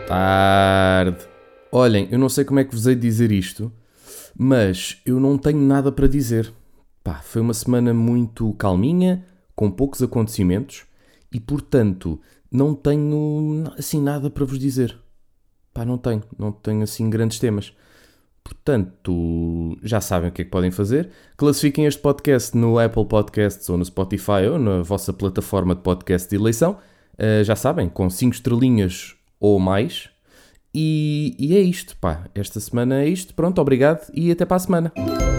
Tarde. Olhem, eu não sei como é que vos hei de dizer isto, mas eu não tenho nada para dizer. Pá, foi uma semana muito calminha, com poucos acontecimentos e, portanto, não tenho assim nada para vos dizer. Pá, não tenho assim grandes temas. Portanto, já sabem o que é que podem fazer. Classifiquem este podcast no Apple Podcasts ou no Spotify ou na vossa plataforma de podcast de eleição. Já sabem, com 5 estrelinhas ou mais. E é isto, pá. Esta semana é isto. Pronto, obrigado e até para a semana.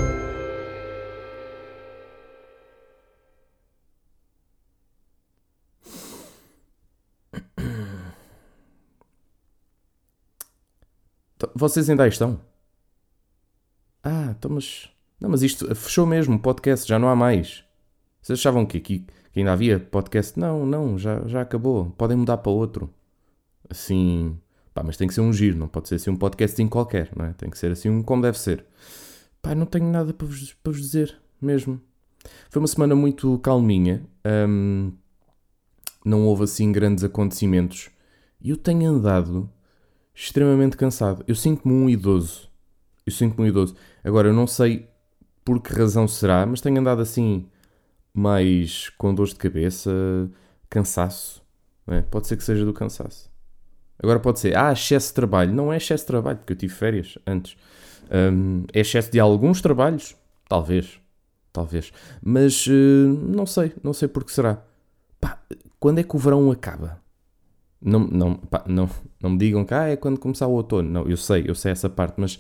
Vocês ainda aí estão? Então mas... Não, mas isto fechou mesmo, o podcast, já não há mais. Vocês achavam que ainda havia podcast? Não, já acabou. Podem mudar para outro. Assim... Pá, mas tem que ser um giro, não pode ser assim um podcasting qualquer, não é? Tem que ser assim um como deve ser. Pá, não tenho nada para vos dizer, mesmo. Foi uma semana muito calminha. Não houve assim grandes acontecimentos. E eu tenho andado extremamente cansado. Eu sinto-me um idoso. Agora, eu não sei por que razão será, mas tenho andado assim mais com dores de cabeça, cansaço. Não é? Pode ser que seja do cansaço. Agora pode ser, excesso de trabalho. Não é excesso de trabalho, porque eu tive férias antes. É excesso de alguns trabalhos? Talvez. Mas não sei por que será. Pá, quando é que o verão acaba? Não me digam que é quando começar o outono. Não, eu sei essa parte, mas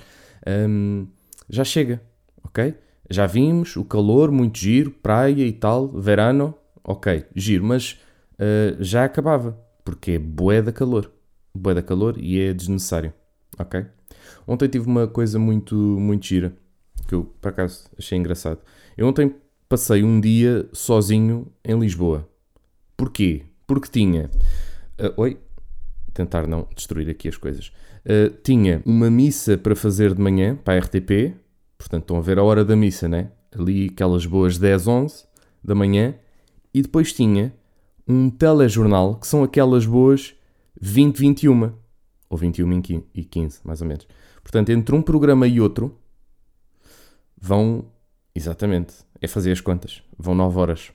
já chega, ok? Já vimos o calor, muito giro, praia e tal, verano, ok, giro, mas já acabava, porque é bué da calor e é desnecessário, ok? Ontem tive uma coisa muito gira, que eu por acaso achei engraçado. Eu ontem passei um dia sozinho em Lisboa. Porquê? Porque tinha... tentar não destruir aqui as coisas. Tinha uma missa para fazer de manhã, para a RTP, portanto estão a ver a hora da missa, né? Ali aquelas boas 10, 11 da manhã, e depois tinha um telejornal, que são aquelas boas 20, 21, ou 21 e 15, mais ou menos. Portanto, entre um programa e outro, vão, exatamente, é fazer as contas, vão 9 horas.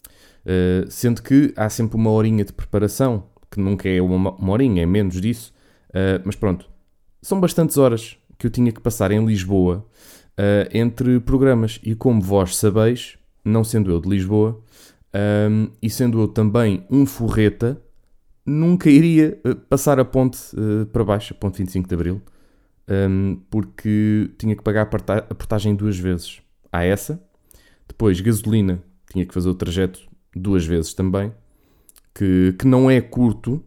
Sendo que há sempre uma horinha de preparação, que nunca é uma horinha, é menos disso. Mas pronto, são bastantes horas que eu tinha que passar em Lisboa entre programas. E como vós sabeis, não sendo eu de Lisboa, e sendo eu também um forreta, nunca iria passar a ponte para baixo, a ponte 25 de Abril, porque tinha que pagar a portagem 2 vezes. Há essa. Depois, gasolina, tinha que fazer o trajeto 2 vezes também, que não é curto,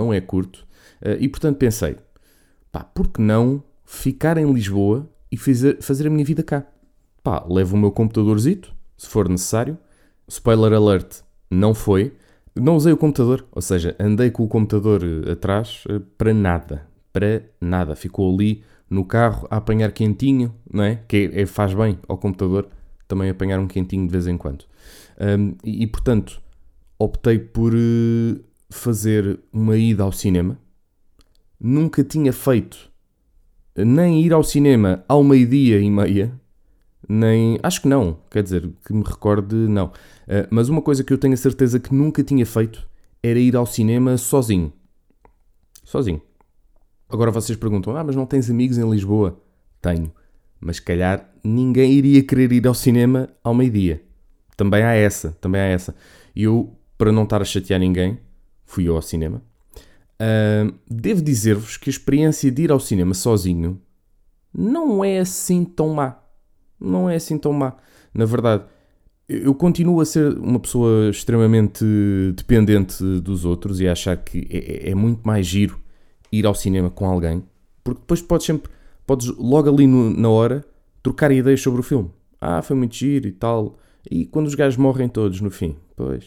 e portanto pensei, por que não ficar em Lisboa e fazer a minha vida cá? Levo o meu computadorzito, se for necessário. Spoiler alert, não usei o computador, ou seja, andei com o computador atrás para nada, ficou ali no carro a apanhar quentinho, não é? Que faz bem ao computador também apanhar um quentinho de vez em quando. E portanto, optei por fazer uma ida ao cinema. Nunca tinha feito nem ir ao cinema ao 12:30, nem... Acho que não, quer dizer, que me recorde, não. Mas uma coisa que eu tenho a certeza que nunca tinha feito era ir ao cinema sozinho. Agora vocês perguntam, mas não tens amigos em Lisboa? Tenho, mas se calhar ninguém iria querer ir ao cinema ao 12:00. Também há essa. E eu, para não estar a chatear ninguém, fui eu ao cinema. Devo dizer-vos que a experiência de ir ao cinema sozinho não é assim tão má. Na verdade, eu continuo a ser uma pessoa extremamente dependente dos outros e a achar que é muito mais giro ir ao cinema com alguém, porque depois podes logo ali na hora trocar ideias sobre o filme. Foi muito giro e tal. E quando os gajos morrem todos no fim, pois.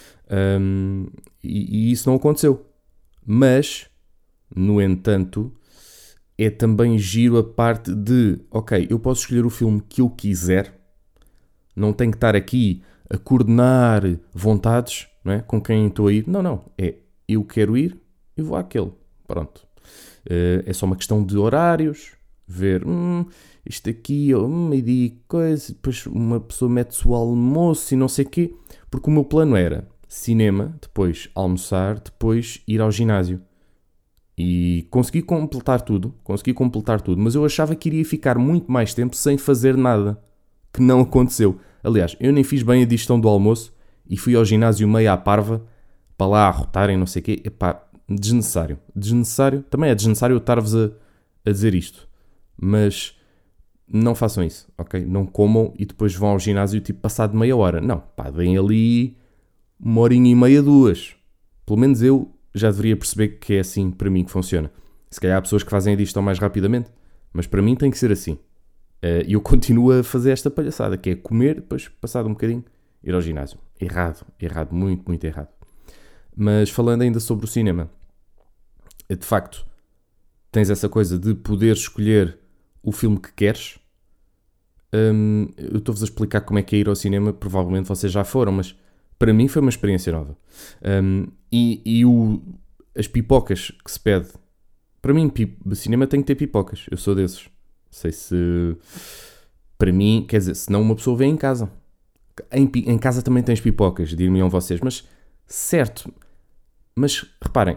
E isso não aconteceu. Mas, no entanto, é também giro a parte de, ok, eu posso escolher o filme que eu quiser, não tenho que estar aqui a coordenar vontades, não é? Com quem estou a ir. Não, eu quero ir e vou àquele. Pronto. É só uma questão de horários, ver isto aqui, meio-dia, coisa, depois uma pessoa mete-se o almoço e não sei o quê, porque o meu plano era cinema, depois almoçar, depois ir ao ginásio. E consegui completar tudo, mas eu achava que iria ficar muito mais tempo sem fazer nada, que não aconteceu. Aliás, eu nem fiz bem a digestão do almoço e fui ao ginásio meio à parva, para lá arrotarem, não sei o quê. Epá, desnecessário. Também é desnecessário eu estar-vos a dizer isto. Mas não façam isso, ok? Não comam e depois vão ao ginásio tipo passado meia hora. Não, pá, deem ali 1h30, 2. Pelo menos eu já deveria perceber que é assim para mim que funciona. Se calhar há pessoas que fazem a digestão mais rapidamente, mas para mim tem que ser assim. E eu continuo a fazer esta palhaçada, que é comer, depois, passado um bocadinho, ir ao ginásio. Errado, muito, muito errado. Mas falando ainda sobre o cinema, de facto, tens essa coisa de poder escolher o filme que queres. Eu estou-vos a explicar como é que é ir ao cinema, provavelmente vocês já foram, mas para mim foi uma experiência nova. As pipocas que se pede, para mim, o cinema tem que ter pipocas, eu sou desses. Não sei se, para mim, quer dizer, se não uma pessoa vê em casa. Em casa também tens pipocas, dir-me-ão vocês, mas certo, mas reparem,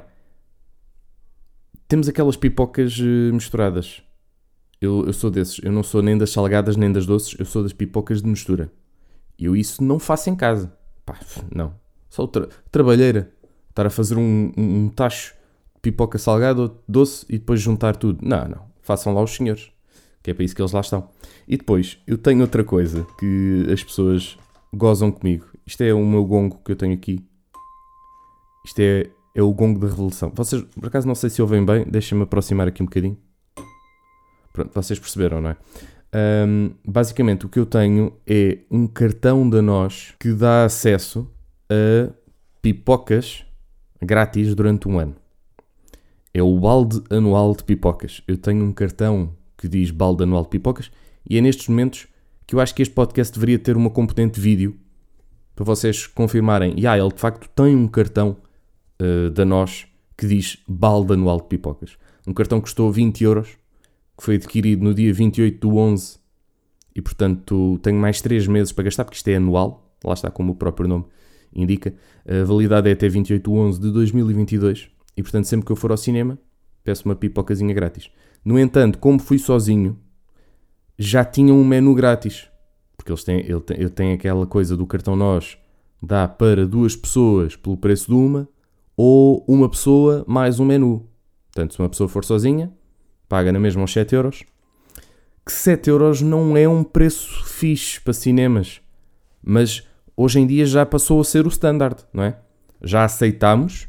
temos aquelas pipocas misturadas. Eu sou desses, eu não sou nem das salgadas nem das doces, eu sou das pipocas de mistura. E eu isso não faço em casa. Pá, não. Só trabalheira. Estar a fazer um tacho de pipoca salgada ou doce e depois juntar tudo. Não. Façam lá os senhores. Que é para isso que eles lá estão. E depois, eu tenho outra coisa que as pessoas gozam comigo. Isto é o meu gongo que eu tenho aqui. Isto é o gongo da revelação. Vocês, por acaso, não sei se ouvem bem. Deixem-me aproximar aqui um bocadinho. Pronto, vocês perceberam, não é? Basicamente, o que eu tenho é um cartão da NOS que dá acesso a pipocas grátis durante um ano. É o balde anual de pipocas. Eu tenho um cartão que diz balde anual de pipocas e é nestes momentos que eu acho que este podcast deveria ter uma componente vídeo para vocês confirmarem. Ele de facto tem um cartão da NOS que diz balde anual de pipocas. Um cartão que custou 20€, que foi adquirido no dia 28/11 e portanto tenho mais 3 meses para gastar, porque isto é anual, lá está como o próprio nome indica. A validade é até 28/11 de 2022 e portanto sempre que eu for ao cinema peço uma pipocazinha grátis. No entanto, como fui sozinho, já tinha um menu grátis, porque ele tem aquela coisa do cartão NOS, dá para 2 pessoas pelo preço de uma, ou uma pessoa mais um menu. Portanto, se uma pessoa for sozinha, paga na mesma uns 7€, que 7€ não é um preço fixe para cinemas, mas hoje em dia já passou a ser o standard, não é? Já aceitámos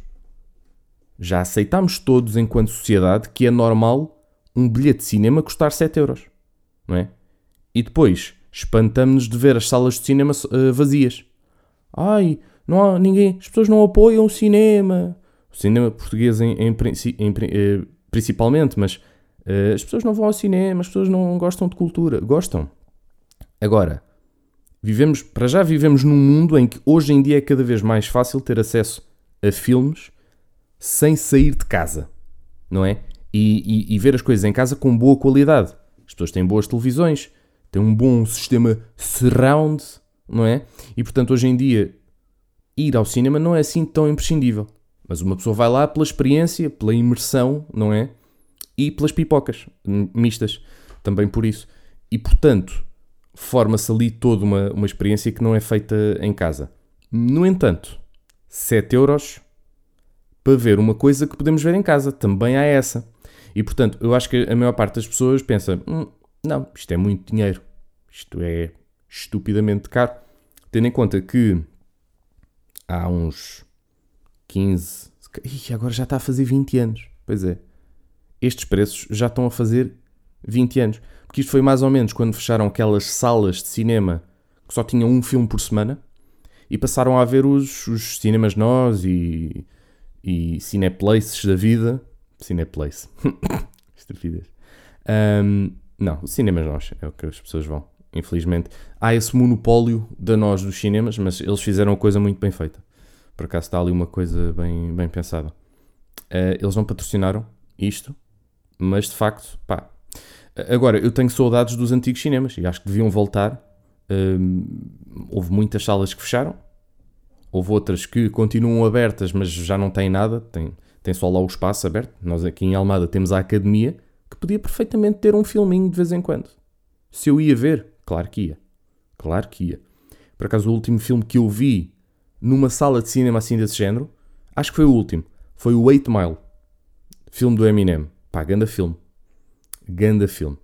todos enquanto sociedade que é normal um bilhete de cinema custar 7€, não é? E depois espantamos-nos de ver as salas de cinema vazias. Não há ninguém, as pessoas não apoiam o cinema português principalmente, mas as pessoas não vão ao cinema, as pessoas não gostam de cultura. Gostam. Agora, vivemos num mundo em que hoje em dia é cada vez mais fácil ter acesso a filmes sem sair de casa, não é? E ver as coisas em casa com boa qualidade. As pessoas têm boas televisões, têm um bom sistema surround, não é? E portanto hoje em dia ir ao cinema não é assim tão imprescindível. Mas uma pessoa vai lá pela experiência, pela imersão, não é? E pelas pipocas mistas, também por isso. E portanto forma-se ali toda uma experiência que não é feita em casa. No entanto, 7€ para ver uma coisa que podemos ver em casa, também há essa. E portanto, eu acho que a maior parte das pessoas pensa, não, isto é muito dinheiro, isto é estupidamente caro, tendo em conta que há uns 15, agora já está a fazer 20 anos, pois é, estes preços já estão a fazer 20 anos, porque isto foi mais ou menos quando fecharam aquelas salas de cinema que só tinham um filme por semana e passaram a haver os cinemas nós e Cineplaces da vida. Cineplace. Estupidez. Não, os cinemas nós é o que as pessoas vão, infelizmente. Há esse monopólio da nós dos cinemas, mas eles fizeram uma coisa muito bem feita. Por acaso está ali uma coisa bem pensada. Eles não patrocinaram isto, Mas de facto, pá. Agora, eu tenho saudades dos antigos cinemas e acho que deviam voltar. Houve muitas salas que fecharam, houve outras que continuam abertas, mas já não têm nada, tem só lá o espaço aberto. Nós aqui em Almada temos a Academia, que podia perfeitamente ter um filminho de vez em quando. Se eu ia ver, claro que ia. Claro que ia. Por acaso, o último filme que eu vi numa sala de cinema assim desse género, acho que foi o último. Foi o 8 Mile. Filme do Eminem. Pá, ganda filme. Ganda filme.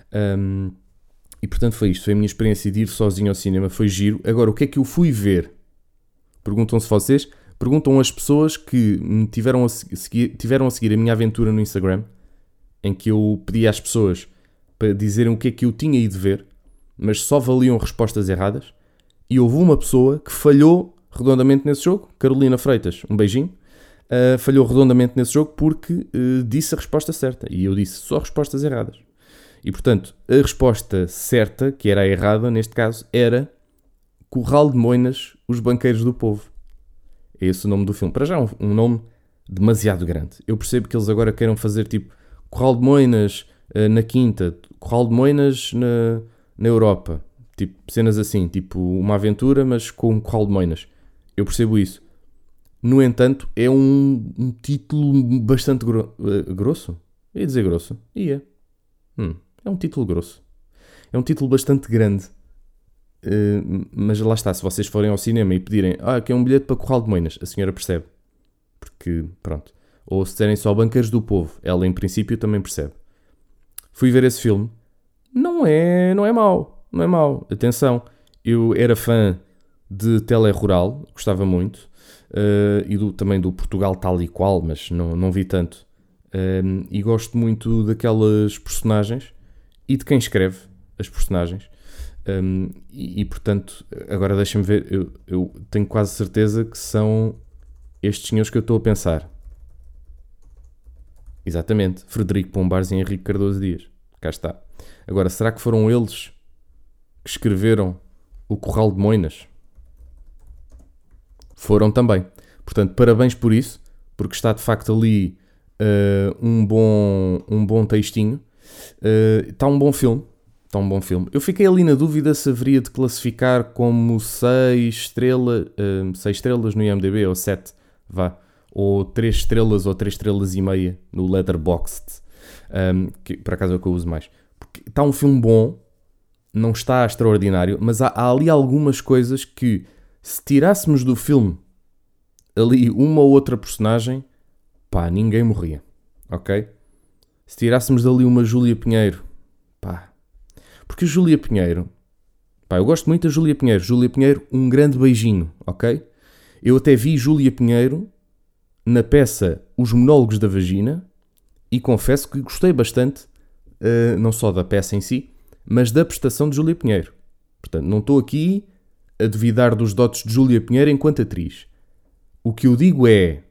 E portanto foi isto. Foi a minha experiência de ir sozinho ao cinema. Foi giro. Agora, o que é que eu fui ver? Perguntam-se vocês. Perguntam as pessoas que me tiveram a seguir a minha aventura no Instagram, em que eu pedi às pessoas para dizerem o que é que eu tinha ido ver, mas só valiam respostas erradas. E houve uma pessoa que falhou redondamente nesse jogo. Carolina Freitas, um beijinho. Falhou redondamente nesse jogo porque disse a resposta certa. E eu disse só respostas erradas. E portanto, a resposta certa, que era a errada neste caso, era Curral de Moinas, Os Banqueiros do Povo. É esse o nome do filme. Para já é um nome demasiado grande. Eu percebo que eles agora queiram fazer tipo Curral de Moinas na Quinta, Curral de Moinas na Europa. Tipo, cenas assim, tipo uma aventura, mas com um Curral de Moinas. Eu percebo isso. No entanto, é um título bastante grosso. Ia dizer grosso? Ia. É um título grosso. É um título bastante grande. Mas lá está, se vocês forem ao cinema e pedirem que é um bilhete para Curral de Moinas, a senhora percebe. Porque, pronto. Ou se disserem só Banqueiros do Povo, ela em princípio também percebe. Fui ver esse filme. Não é mau. Não é mau. Atenção, eu era fã de Telerural, gostava muito. E também do Portugal Tal e Qual, mas não vi tanto. E gosto muito daquelas personagens e de quem escreve as personagens. E portanto, agora deixem-me ver, eu tenho quase certeza que são estes senhores que eu estou a pensar. Exatamente, Frederico Pombares e Henrique Cardoso Dias. Cá está. Agora, será que foram eles que escreveram O Curral de Moinas? Foram também. Portanto, parabéns por isso, porque está de facto ali um bom textinho. Está um bom filme. Eu fiquei ali na dúvida se haveria de classificar como 6 estrelas no IMDb, ou 7, vá. Ou 3 estrelas ou 3 estrelas e meia no Letterboxd. Que por acaso é o que eu uso mais. Porque está um filme bom, não está extraordinário, mas há ali algumas coisas que, se tirássemos do filme ali uma ou outra personagem, pá, ninguém morria, ok? Se tirássemos dali uma Júlia Pinheiro, pá, porque Júlia Pinheiro, pá, eu gosto muito da Júlia Pinheiro, um grande beijinho, ok? Eu até vi Júlia Pinheiro na peça Os Monólogos da Vagina e confesso que gostei bastante, não só da peça em si, mas da prestação de Júlia Pinheiro. Portanto, não estou aqui a duvidar dos dotes de Júlia Pinheiro enquanto atriz. O que eu digo é,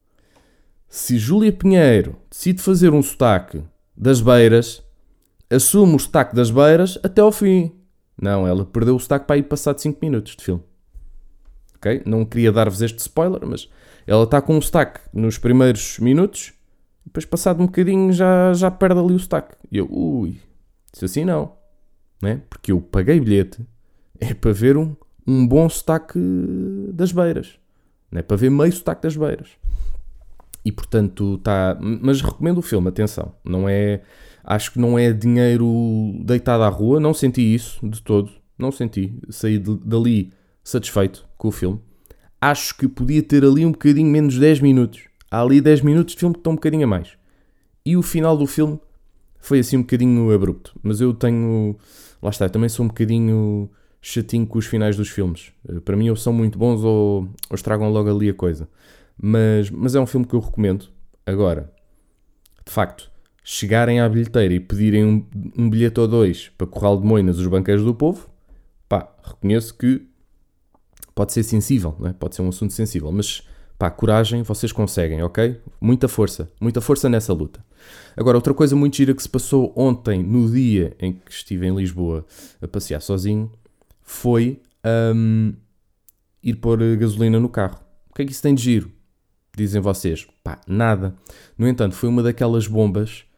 se Júlia Pinheiro decide fazer um sotaque das Beiras, assume o sotaque das Beiras até ao fim. Não, ela perdeu o sotaque para ir passado 5 minutos de filme. Ok? Não queria dar-vos este spoiler, mas ela está com um sotaque nos primeiros minutos, depois passado um bocadinho já perde ali o sotaque. E eu, isso assim não. É? Porque eu paguei bilhete, é para ver um bom sotaque das Beiras. Não é para ver meio sotaque das Beiras. E portanto está... Mas recomendo o filme, atenção. Não é... Acho que não é dinheiro deitado à rua. Não senti isso de todo. Não senti. Saí dali satisfeito com o filme. Acho que podia ter ali um bocadinho menos de 10 minutos. Há ali 10 minutos de filme que estão um bocadinho a mais. E o final do filme foi assim um bocadinho abrupto. Mas eu tenho... Lá está, eu também sou um bocadinho chatinho com os finais dos filmes. Para mim ou são muito bons ou estragam logo ali a coisa. Mas é um filme que eu recomendo. Agora, de facto, chegarem à bilheteira e pedirem um bilhete ou dois para Curral de Moinas, Os Banqueiros do Povo, pá, reconheço que pode ser sensível, não é? Pode ser um assunto sensível, mas pá, coragem, vocês conseguem, ok? Muita força nessa luta. Agora, outra coisa muito gira que se passou ontem, no dia em que estive em Lisboa a passear sozinho, foi ir pôr gasolina no carro. O que é que isso tem de giro? Dizem vocês. Pá, nada. No entanto, foi uma daquelas bombas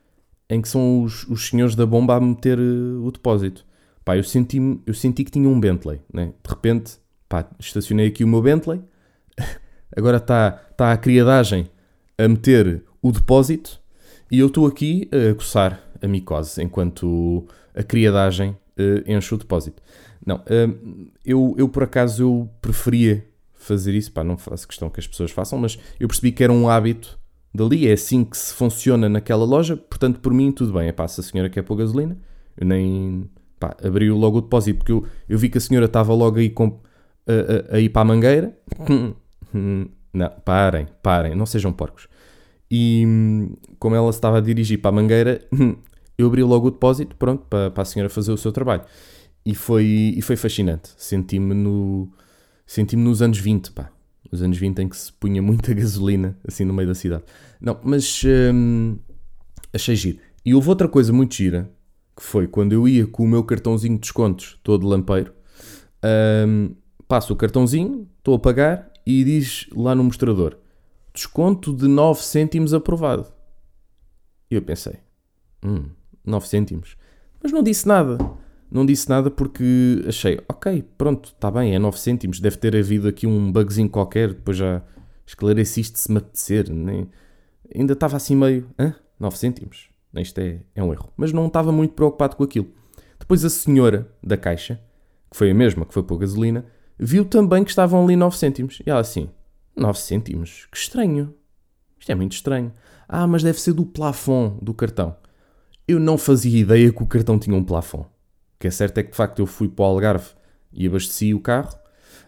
em que são os senhores da bomba a meter o depósito. Pá, eu senti que tinha um Bentley, né? De repente, pá, estacionei aqui o meu Bentley, agora está a criadagem a meter o depósito e eu estou aqui a coçar a micose enquanto a criadagem enche o depósito. Não, eu por acaso eu preferia fazer isso, pá, não faço questão que as pessoas façam, mas eu percebi que era um hábito dali, é assim que se funciona naquela loja, portanto por mim tudo bem, é pá, se a senhora quer pôr gasolina, eu nem, pá, abri logo o depósito, porque eu vi que a senhora estava logo aí a ir para a mangueira. Não, parem, não sejam porcos. E como ela se estava a dirigir para a mangueira, eu abri logo o depósito, pronto, para a senhora fazer o seu trabalho. E foi fascinante. Senti-me nos anos 20, pá. Os anos 20 em que se punha muita gasolina, assim, no meio da cidade. Não, mas achei giro. E houve outra coisa muito gira, que foi quando eu ia com o meu cartãozinho de descontos, todo lampeiro, passo o cartãozinho, estou a pagar e diz lá no mostrador, desconto de 9 cêntimos aprovado. E eu pensei, 9 cêntimos. Mas não disse nada. Não disse nada porque achei, ok, pronto, está bem, é 9 cêntimos. Deve ter havido aqui um bugzinho qualquer, depois já esclareci isto se me apetecer. Ainda estava assim meio, 9 cêntimos. Isto é um erro. Mas não estava muito preocupado com aquilo. Depois a senhora da caixa, que foi a mesma que foi pôr gasolina, viu também que estavam ali 9 cêntimos. E ela assim, 9 cêntimos? Que estranho. Isto é muito estranho. Mas deve ser do plafond do cartão. Eu não fazia ideia que o cartão tinha um plafond. O que é certo é que, de facto, eu fui para o Algarve e abasteci o carro.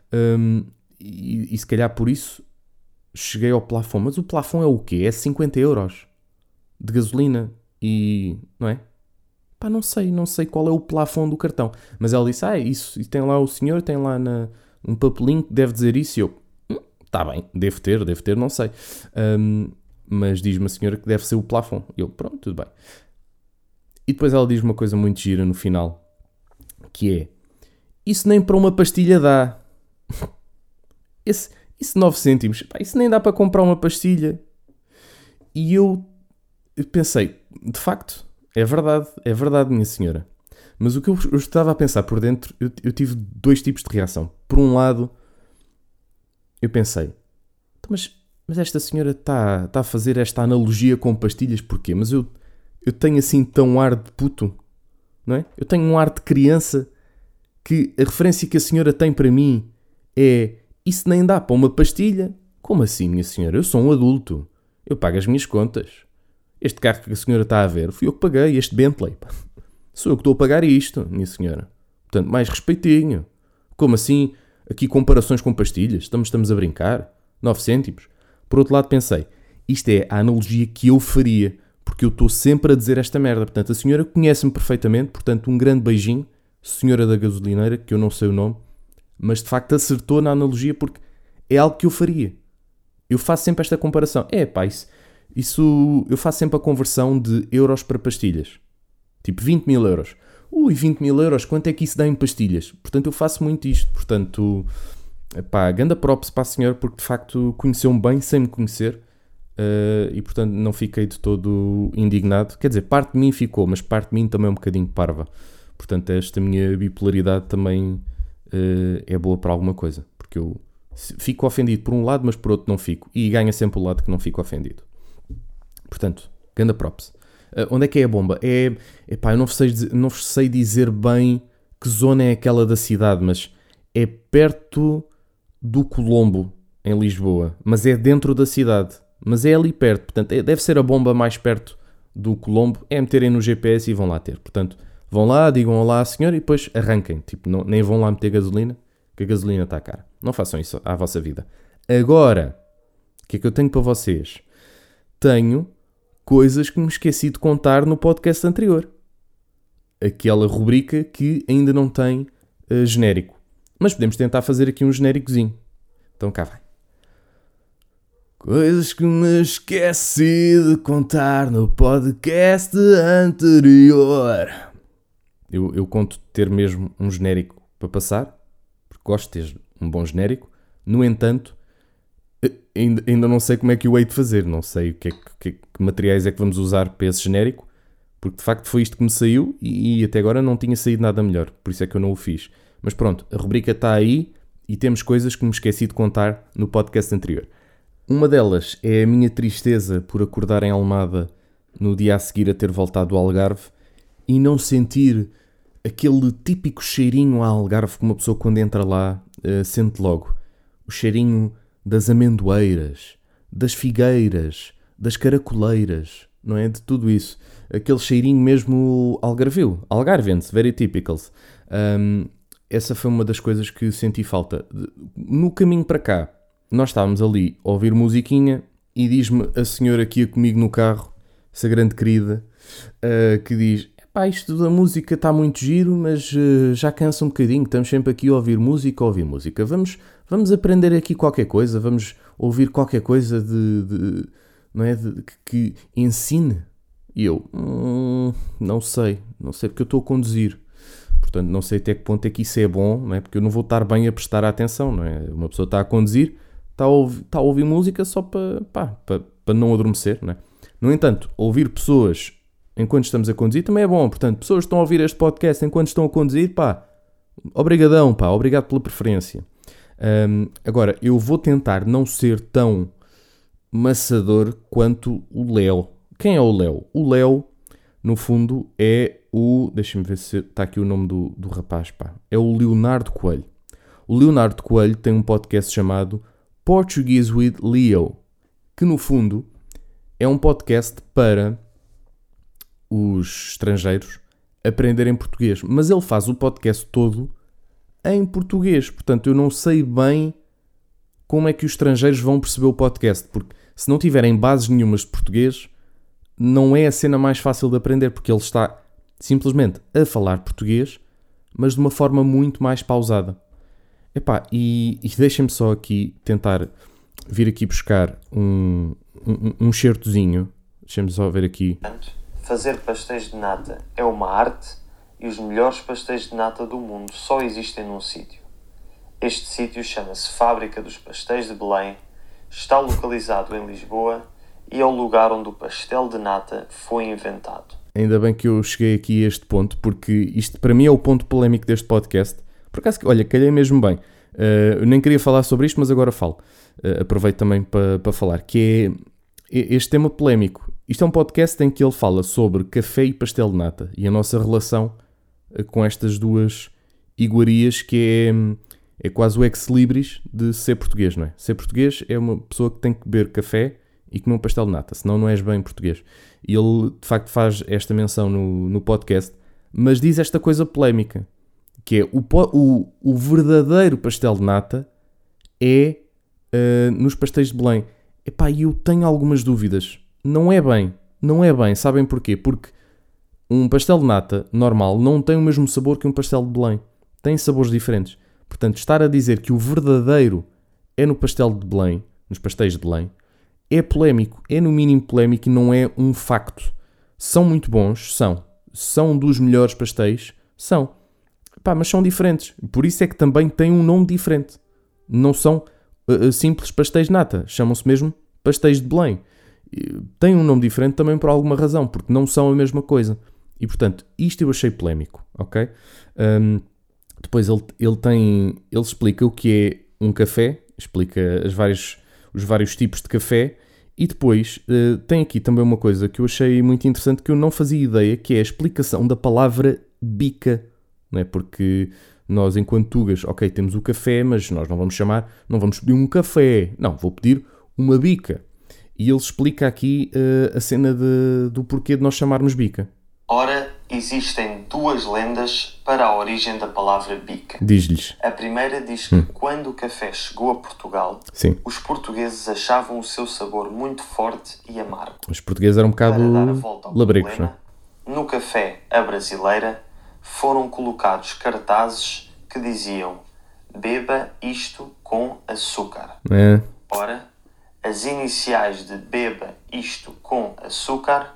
E se calhar por isso cheguei ao plafond. Mas o plafond é o quê? É 50 euros de gasolina. E, não é? Pá, não sei qual é o plafond do cartão. Mas ela disse, isso, e tem lá o senhor, tem lá um papelinho que deve dizer isso. E eu, está bem, devo ter, não sei. Mas diz-me a senhora que deve ser o plafond. E eu, pronto, tudo bem. E depois ela diz uma coisa muito gira no final, que é, isso nem para uma pastilha dá. Isso 9 cêntimos, pá, isso nem dá para comprar uma pastilha. E eu pensei, de facto, é verdade, minha senhora. Mas o que eu estava a pensar por dentro, eu tive dois tipos de reação. Por um lado, eu pensei, mas esta senhora está a fazer esta analogia com pastilhas, porquê? Mas eu tenho assim tão ar de puto, não é? Eu tenho um ar de criança que a referência que a senhora tem para mim é, isso nem dá para uma pastilha? Como assim, minha senhora? Eu sou um adulto. Eu pago as minhas contas. Este carro que a senhora está a ver, fui eu que paguei, este Bentley. Sou eu que estou a pagar isto, minha senhora. Portanto, mais respeitinho. Como assim, aqui comparações com pastilhas? Estamos a brincar? 9 cêntimos? Por outro lado pensei, isto é a analogia que eu faria, porque eu estou sempre a dizer esta merda. Portanto, a senhora conhece-me perfeitamente, portanto, um grande beijinho, senhora da gasolineira, que eu não sei o nome, mas de facto acertou na analogia porque é algo que eu faria. Eu faço sempre esta comparação. Isso eu faço sempre a conversão de euros para pastilhas. Tipo 20 mil euros. 20 mil euros, quanto é que isso dá em pastilhas? Portanto, eu faço muito isto. Portanto, ganda props para a senhora, porque de facto conheceu-me bem, sem me conhecer. E portanto não fiquei de todo indignado. Quer dizer, parte de mim ficou, mas parte de mim também é um bocadinho parva. Portanto, esta minha bipolaridade também é boa para alguma coisa. Porque eu fico ofendido por um lado, mas por outro não fico. E ganha sempre o lado que não fico ofendido. Portanto, ganda props. Onde é que é a bomba? Eu não sei dizer bem que zona é aquela da cidade, mas é perto do Colombo, em Lisboa. Mas é dentro da cidade. Mas é ali perto. Portanto, deve ser a bomba mais perto do Colombo. É meterem no GPS e vão lá ter. Portanto, vão lá, digam olá à senhora e depois arranquem. Tipo, nem vão lá meter gasolina, que a gasolina está cara. Não façam isso à vossa vida. Agora, o que é que eu tenho para vocês? Tenho coisas que me esqueci de contar no podcast anterior. Aquela rubrica que ainda não tem genérico. Mas podemos tentar fazer aqui um genéricozinho. Então cá vai. Coisas que me esqueci de contar no podcast anterior. Eu conto ter mesmo um genérico para passar, porque gosto de ter um bom genérico. No entanto, ainda não sei como é que eu hei de fazer. Não sei que materiais é que vamos usar para esse genérico, Porque de facto foi isto que me saiu e até agora não tinha saído nada melhor. Por isso é que eu não o fiz. Mas pronto, a rubrica está aí e temos coisas que me esqueci de contar no podcast anterior. Uma delas é a minha tristeza por acordar em Almada no dia a seguir a ter voltado ao Algarve e não sentir aquele típico cheirinho a Algarve que uma pessoa quando entra lá sente logo. O cheirinho das amendoeiras, das figueiras, das caracoleiras, não é? De tudo isso. Aquele cheirinho mesmo algarvio, algarvense, very typicals. Essa foi uma das coisas que senti falta. No caminho para cá, nós estávamos ali a ouvir musiquinha e diz-me a senhora que ia comigo no carro, essa grande querida, que diz: pá, isto da música está muito giro, mas já cansa um bocadinho, estamos sempre aqui a ouvir música. Vamos aprender aqui qualquer coisa, vamos ouvir qualquer coisa não é, que ensine. E eu, não sei porque eu estou a conduzir. Portanto, não sei até que ponto é que isso é bom, não é? Porque eu não vou estar bem a prestar atenção, não é? Uma pessoa está a conduzir, está a ouvir música só para não adormecer, não é? No entanto, ouvir pessoas enquanto estamos a conduzir também é bom. Portanto, pessoas que estão a ouvir este podcast enquanto estão a conduzir, obrigadão, obrigado pela preferência. Agora, eu vou tentar não ser tão maçador quanto o Léo. Quem é o Léo? O Léo, no fundo, é o... Deixa-me ver se está aqui o nome do rapaz, É o Leonardo Coelho. O Leonardo Coelho tem um podcast chamado Portuguese with Leo, que, no fundo, é um podcast para os estrangeiros aprenderem português. Mas ele faz o podcast todo em português. Portanto, eu não sei bem como é que os estrangeiros vão perceber o podcast, porque se não tiverem bases nenhumas de português, não é a cena mais fácil de aprender, porque ele está simplesmente a falar português, mas de uma forma muito mais pausada. E deixem-me só aqui tentar vir aqui buscar um certozinho. Deixem-me só ver aqui. Fazer pastéis de nata é uma arte e os melhores pastéis de nata do mundo só existem num sítio. Este sítio chama-se Fábrica dos Pastéis de Belém, está localizado em Lisboa e é o lugar onde o pastel de nata foi inventado. Ainda bem que eu cheguei aqui a este ponto, porque isto para mim é o ponto polémico deste podcast. Por acaso, olha, calhei mesmo bem. Eu nem queria falar sobre isto, mas agora falo. Aproveito também para falar, que é este tema polémico. Isto é um podcast em que ele fala sobre café e pastel de nata e a nossa relação com estas duas iguarias, que é quase o ex-libris de ser português, não é? Ser português é uma pessoa que tem que beber café e comer um pastel de nata, senão não és bem português. E ele, de facto, faz esta menção no podcast, mas diz esta coisa polémica, que é o verdadeiro pastel de nata é nos pastéis de Belém. E eu tenho algumas dúvidas. Não é bem. Sabem porquê? Porque um pastel de nata normal não tem o mesmo sabor que um pastel de Belém. Tem sabores diferentes. Portanto, estar a dizer que o verdadeiro é no pastel de Belém, nos pastéis de Belém, é polémico. É no mínimo polémico e não é um facto. São muito bons, são. São dos melhores pastéis, são. Mas são diferentes. Por isso é que também têm um nome diferente. Não são simples pastéis de nata. Chamam-se mesmo pastéis de Belém. Têm um nome diferente também por alguma razão, porque não são a mesma coisa. E, portanto, isto eu achei polémico, ok? Depois ele explica o que é um café, explica os vários tipos de café, e depois tem aqui também uma coisa que eu achei muito interessante, que eu não fazia ideia, que é a explicação da palavra bica, não é? Porque nós, enquanto tugas, ok, temos o café, mas nós não vamos pedir um café, não, vou pedir uma bica. E ele explica aqui a cena do porquê de nós chamarmos bica. Ora, existem duas lendas para a origem da palavra bica. Diz-lhes. A primeira diz que quando o café chegou a Portugal, sim, os portugueses achavam o seu sabor muito forte e amargo. Os portugueses eram um bocado labregos, não é? No café à brasileira foram colocados cartazes que diziam: beba isto com açúcar. É. Ora, as iniciais de beba isto com açúcar,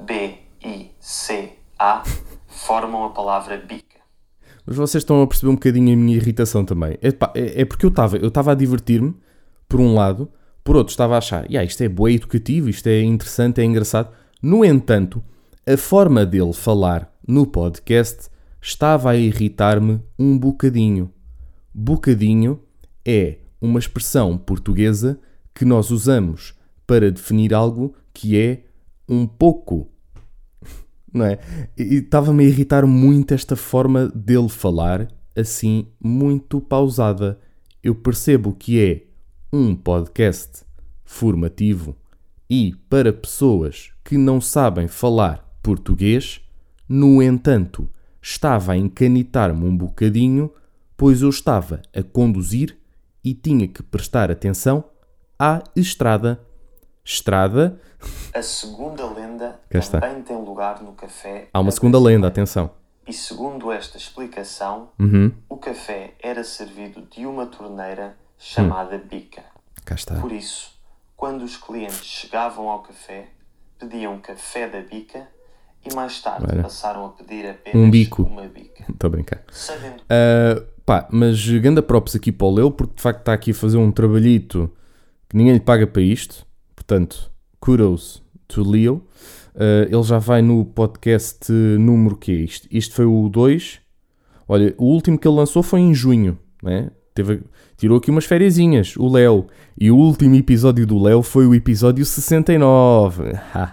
B-I-C-A, formam a palavra bica. Mas vocês estão a perceber um bocadinho a minha irritação também. É porque eu estava a divertir-me, por um lado, por outro estava a achar, isto é bué educativo, isto é interessante, é engraçado. No entanto, a forma dele falar no podcast estava a irritar-me um bocadinho. Bocadinho é uma expressão portuguesa que nós usamos para definir algo que é um pouco, não é? E estava-me a irritar muito esta forma dele falar, assim, muito pausada. Eu percebo que é um podcast formativo e para pessoas que não sabem falar português, no entanto, estava a encanitar-me um bocadinho, pois eu estava a conduzir e tinha que prestar atenção à estrada. Estrada. A segunda lenda Cá está. também tem lugar no café. Há uma segunda lenda, atenção. E segundo esta explicação, o café era servido de uma torneira chamada bica. Cá está. Por isso, quando os clientes chegavam ao café, pediam café da bica e mais tarde passaram a pedir apenas um bico. uma bica. Estou a brincar. Sabendo... Mas ganda props aqui para o Leo, porque de facto está aqui a fazer um trabalhito que ninguém lhe paga para isto. Portanto, kudos to Leo. Ele já vai no podcast número que é isto? Isto foi o 2. Olha, o último que ele lançou foi em junho, né? Tirou aqui umas fériasinhas, o Léo. E o último episódio do Léo foi o episódio 69.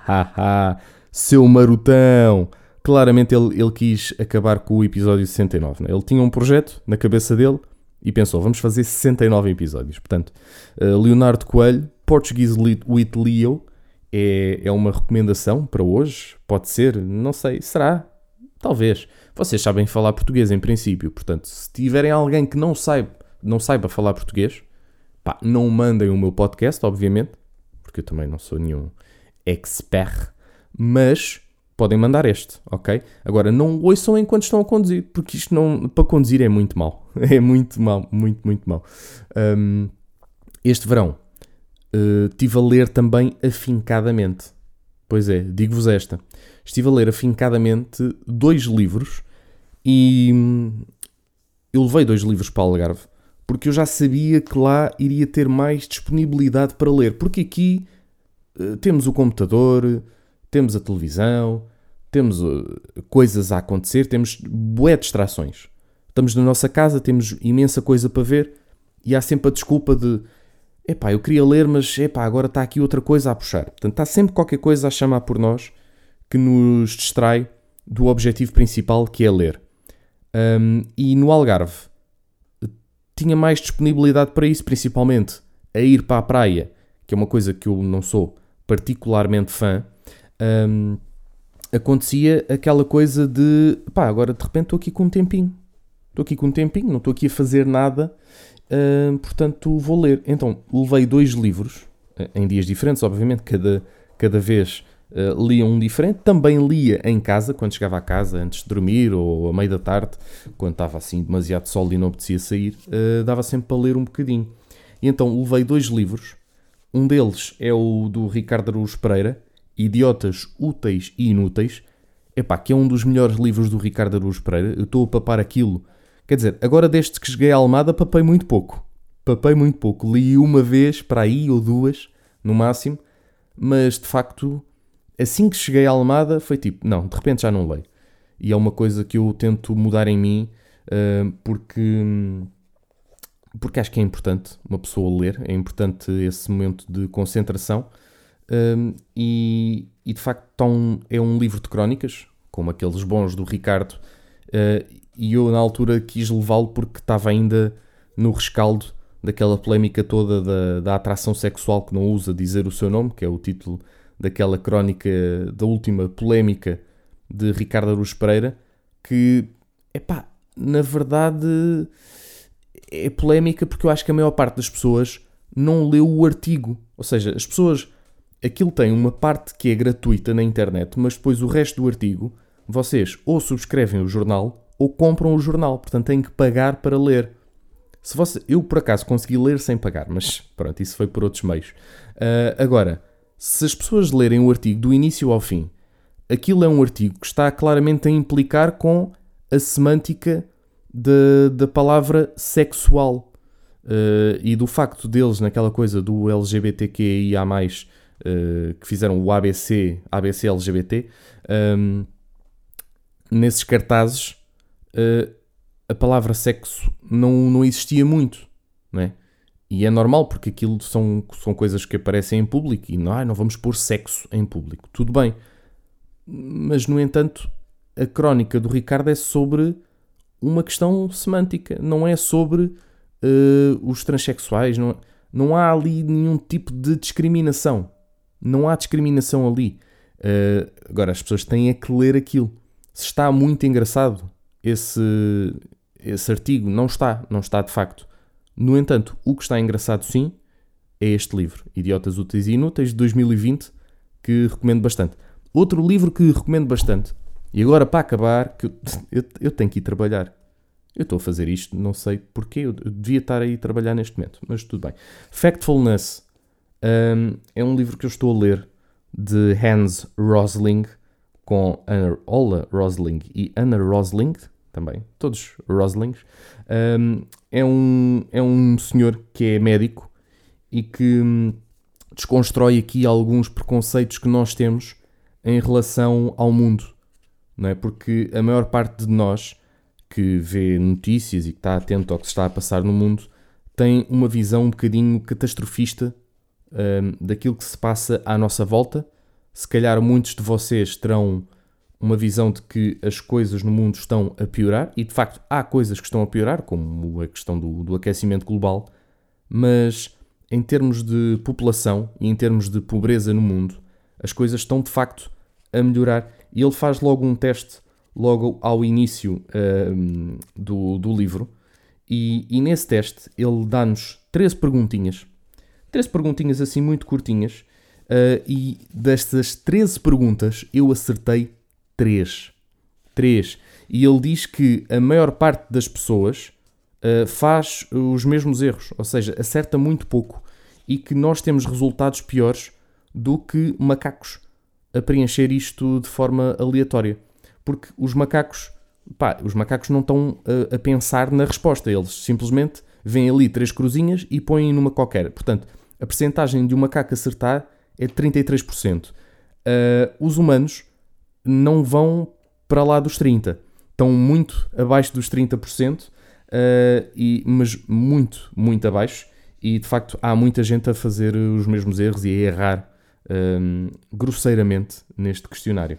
Seu marotão. Claramente ele quis acabar com o episódio 69. Né? Ele tinha um projeto na cabeça dele e pensou, vamos fazer 69 episódios. Portanto, Leonardo Coelho, Portuguese with Leo, é uma recomendação para hoje. Pode ser, não sei, será? Talvez. Vocês sabem falar português em princípio. Portanto, se tiverem alguém que não saiba falar português, não mandem o meu podcast, obviamente, porque eu também não sou nenhum expert, mas podem mandar este, ok? Agora, não ouçam enquanto estão a conduzir, porque isto para conduzir é muito mau. É muito mau, muito, muito mau. Este verão, estive a ler também afincadamente. Pois é, digo-vos esta. Estive a ler afincadamente 2 livros e eu levei 2 livros para o Algarve, porque eu já sabia que lá iria ter mais disponibilidade para ler. Porque aqui temos o computador, temos a televisão, temos coisas a acontecer, temos bué distrações. Estamos na nossa casa, temos imensa coisa para ver e há sempre a desculpa de eu queria ler, mas agora está aqui outra coisa a puxar. Portanto, está sempre qualquer coisa a chamar por nós que nos distrai do objetivo principal, que é ler. E no Algarve tinha mais disponibilidade para isso, principalmente a ir para a praia, que é uma coisa que eu não sou particularmente fã. Acontecia aquela coisa de agora de repente estou aqui com um tempinho, não estou aqui a fazer nada, portanto vou ler. Então levei 2 livros em dias diferentes, obviamente, cada vez lia um diferente. Também lia em casa, quando chegava a casa antes de dormir ou à meia da tarde, quando estava assim demasiado sol e não apetecia sair, dava sempre para ler um bocadinho. E então levei 2 livros. Um deles é o do Ricardo Araújo Pereira, Idiotas Úteis e Inúteis, que é um dos melhores livros do Ricardo Araújo Pereira. Eu estou a papar aquilo. Quer dizer, agora desde que cheguei à Almada papei muito pouco. Li uma vez, para aí, ou 2, no máximo. Mas, de facto, assim que cheguei à Almada, foi tipo, não, de repente já não leio. E é uma coisa que eu tento mudar em mim, porque acho que é importante uma pessoa ler. É importante esse momento de concentração. E de facto é um livro de crónicas, como aqueles bons do Ricardo, e eu na altura quis levá-lo porque estava ainda no rescaldo daquela polémica toda da atração sexual que não ousa dizer o seu nome, que é o título daquela crónica, da última polémica de Ricardo Araújo Pereira, que, na verdade é polémica porque eu acho que a maior parte das pessoas não leu o artigo. Ou seja, as pessoas... Aquilo tem uma parte que é gratuita na internet, mas depois o resto do artigo, vocês ou subscrevem o jornal ou compram o jornal. Portanto, têm que pagar para ler. Eu, por acaso, consegui ler sem pagar, mas pronto, isso foi por outros meios. Agora, se as pessoas lerem o artigo do início ao fim, aquilo é um artigo que está claramente a implicar com a semântica da palavra sexual. E do facto deles, naquela coisa do LGBTQIA+, que fizeram o ABC LGBT, nesses cartazes a palavra sexo não existia muito, não é? E é normal, porque aquilo são coisas que aparecem em público e não vamos pôr sexo em público. Tudo bem. Mas, no entanto, a crónica do Ricardo é sobre uma questão semântica. Não é sobre os transexuais. Não há ali nenhum tipo de discriminação. Não há discriminação ali. Agora, as pessoas têm que ler aquilo. Se está muito engraçado esse artigo, não está de facto. No entanto, o que está engraçado sim é este livro, Idiotas Úteis e Inúteis, de 2020, que recomendo bastante. Outro livro que recomendo bastante, e agora para acabar, que eu tenho que ir trabalhar. Eu estou a fazer isto, não sei porquê, eu devia estar aí a trabalhar neste momento, mas tudo bem. Factfulness é um livro que eu estou a ler, de Hans Rosling, com Ola Rosling e Anna Rosling, também, todos Roslings. É um senhor que é médico e que desconstrói aqui alguns preconceitos que nós temos em relação ao mundo, não é? Porque a maior parte de nós que vê notícias e que está atento ao que se está a passar no mundo tem uma visão um bocadinho catastrofista daquilo que se passa à nossa volta. Se calhar muitos de vocês terão uma visão de que as coisas no mundo estão a piorar, e de facto há coisas que estão a piorar, como a questão do aquecimento global, mas em termos de população e em termos de pobreza no mundo, as coisas estão de facto a melhorar. E ele faz logo um teste, logo ao início do livro, e nesse teste ele dá-nos 13 perguntinhas assim muito curtinhas, e destas 13 perguntas eu acertei 3. E ele diz que a maior parte das pessoas faz os mesmos erros, ou seja, acerta muito pouco, e que nós temos resultados piores do que macacos a preencher isto de forma aleatória. Porque os macacos não estão a pensar na resposta, eles simplesmente veem ali 3 cruzinhas e põem numa qualquer. Portanto, a percentagem de um macaco acertar é de 33%. Os humanos não vão para lá dos 30%. Estão muito abaixo dos 30%, mas muito, muito abaixo. E, de facto, há muita gente a fazer os mesmos erros e a errar grosseiramente neste questionário.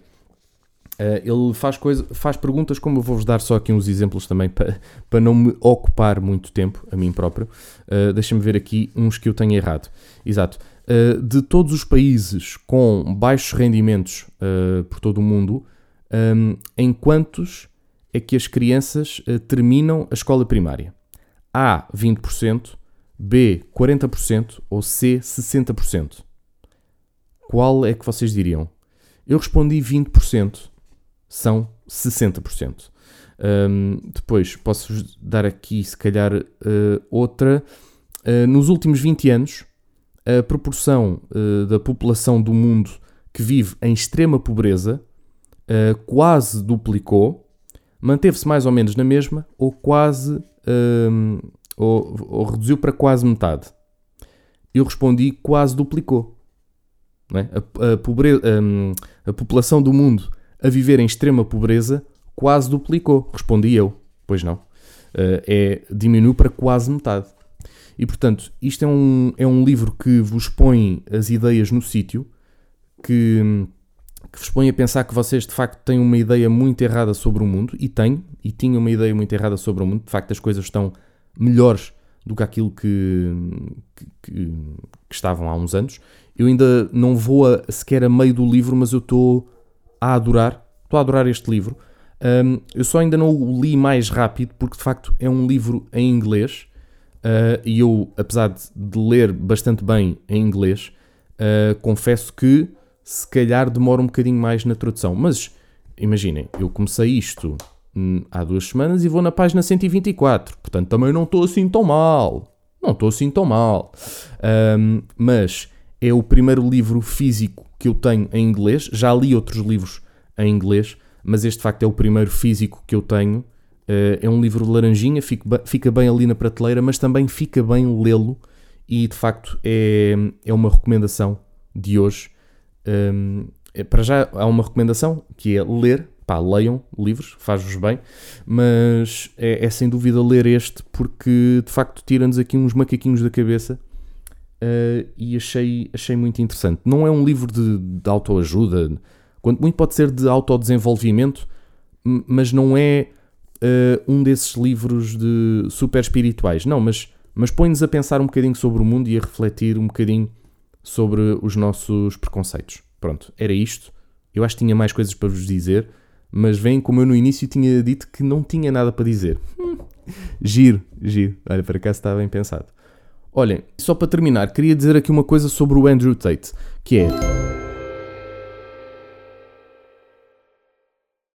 Ele faz perguntas, como eu vou-vos dar só aqui uns exemplos também, para não me ocupar muito tempo, a mim próprio. Deixem-me ver aqui uns que eu tenho errado. Exato. De todos os países com baixos rendimentos por todo o mundo, em quantos é que as crianças terminam a escola primária? A, 20%, B, 40% ou C, 60%? Qual é que vocês diriam? Eu respondi 20%, são 60%. Depois posso-vos dar aqui, se calhar, outra. Nos últimos 20 anos, a proporção da população do mundo que vive em extrema pobreza quase duplicou, manteve-se mais ou menos na mesma, ou quase ou reduziu para quase metade. Eu respondi quase duplicou. Não é? A população do mundo a viver em extrema pobreza quase duplicou. Respondi eu. Pois não. Diminuiu para quase metade. E, portanto, isto é um livro que vos põe as ideias no sítio, que vos põe a pensar que vocês, de facto, têm uma ideia muito errada sobre o mundo, e tinham uma ideia muito errada sobre o mundo. De facto, as coisas estão melhores do que aquilo que estavam há uns anos. Eu ainda não vou sequer a meio do livro, mas eu estou a adorar este livro. Eu só ainda não o li mais rápido, porque de facto é um livro em inglês, e eu, apesar de ler bastante bem em inglês, confesso que se calhar demora um bocadinho mais na tradução. Mas imaginem, eu comecei isto há 2 semanas e vou na página 124, portanto também não estou assim tão mal. Mas é o primeiro livro físico que eu tenho em inglês. Já li outros livros em inglês, mas este de facto é o primeiro físico que eu tenho. É um livro de laranjinha, fica bem ali na prateleira, mas também fica bem lê-lo, e de facto é uma recomendação de hoje, para já há uma recomendação, que é ler. Leiam livros, faz-vos bem, mas é sem dúvida ler este, porque de facto tira-nos aqui uns macaquinhos da cabeça, e achei muito interessante. Não é um livro de autoajuda, quanto muito pode ser de autodesenvolvimento, mas não é um desses livros de super espirituais, não, mas põe-nos a pensar um bocadinho sobre o mundo e a refletir um bocadinho sobre os nossos preconceitos. Pronto, era isto. Eu acho que tinha mais coisas para vos dizer, mas vem como eu no início tinha dito que não tinha nada para dizer. Giro. Olha, para cá está bem pensado. Olhem, só para terminar, queria dizer aqui uma coisa sobre o Andrew Tate, que é...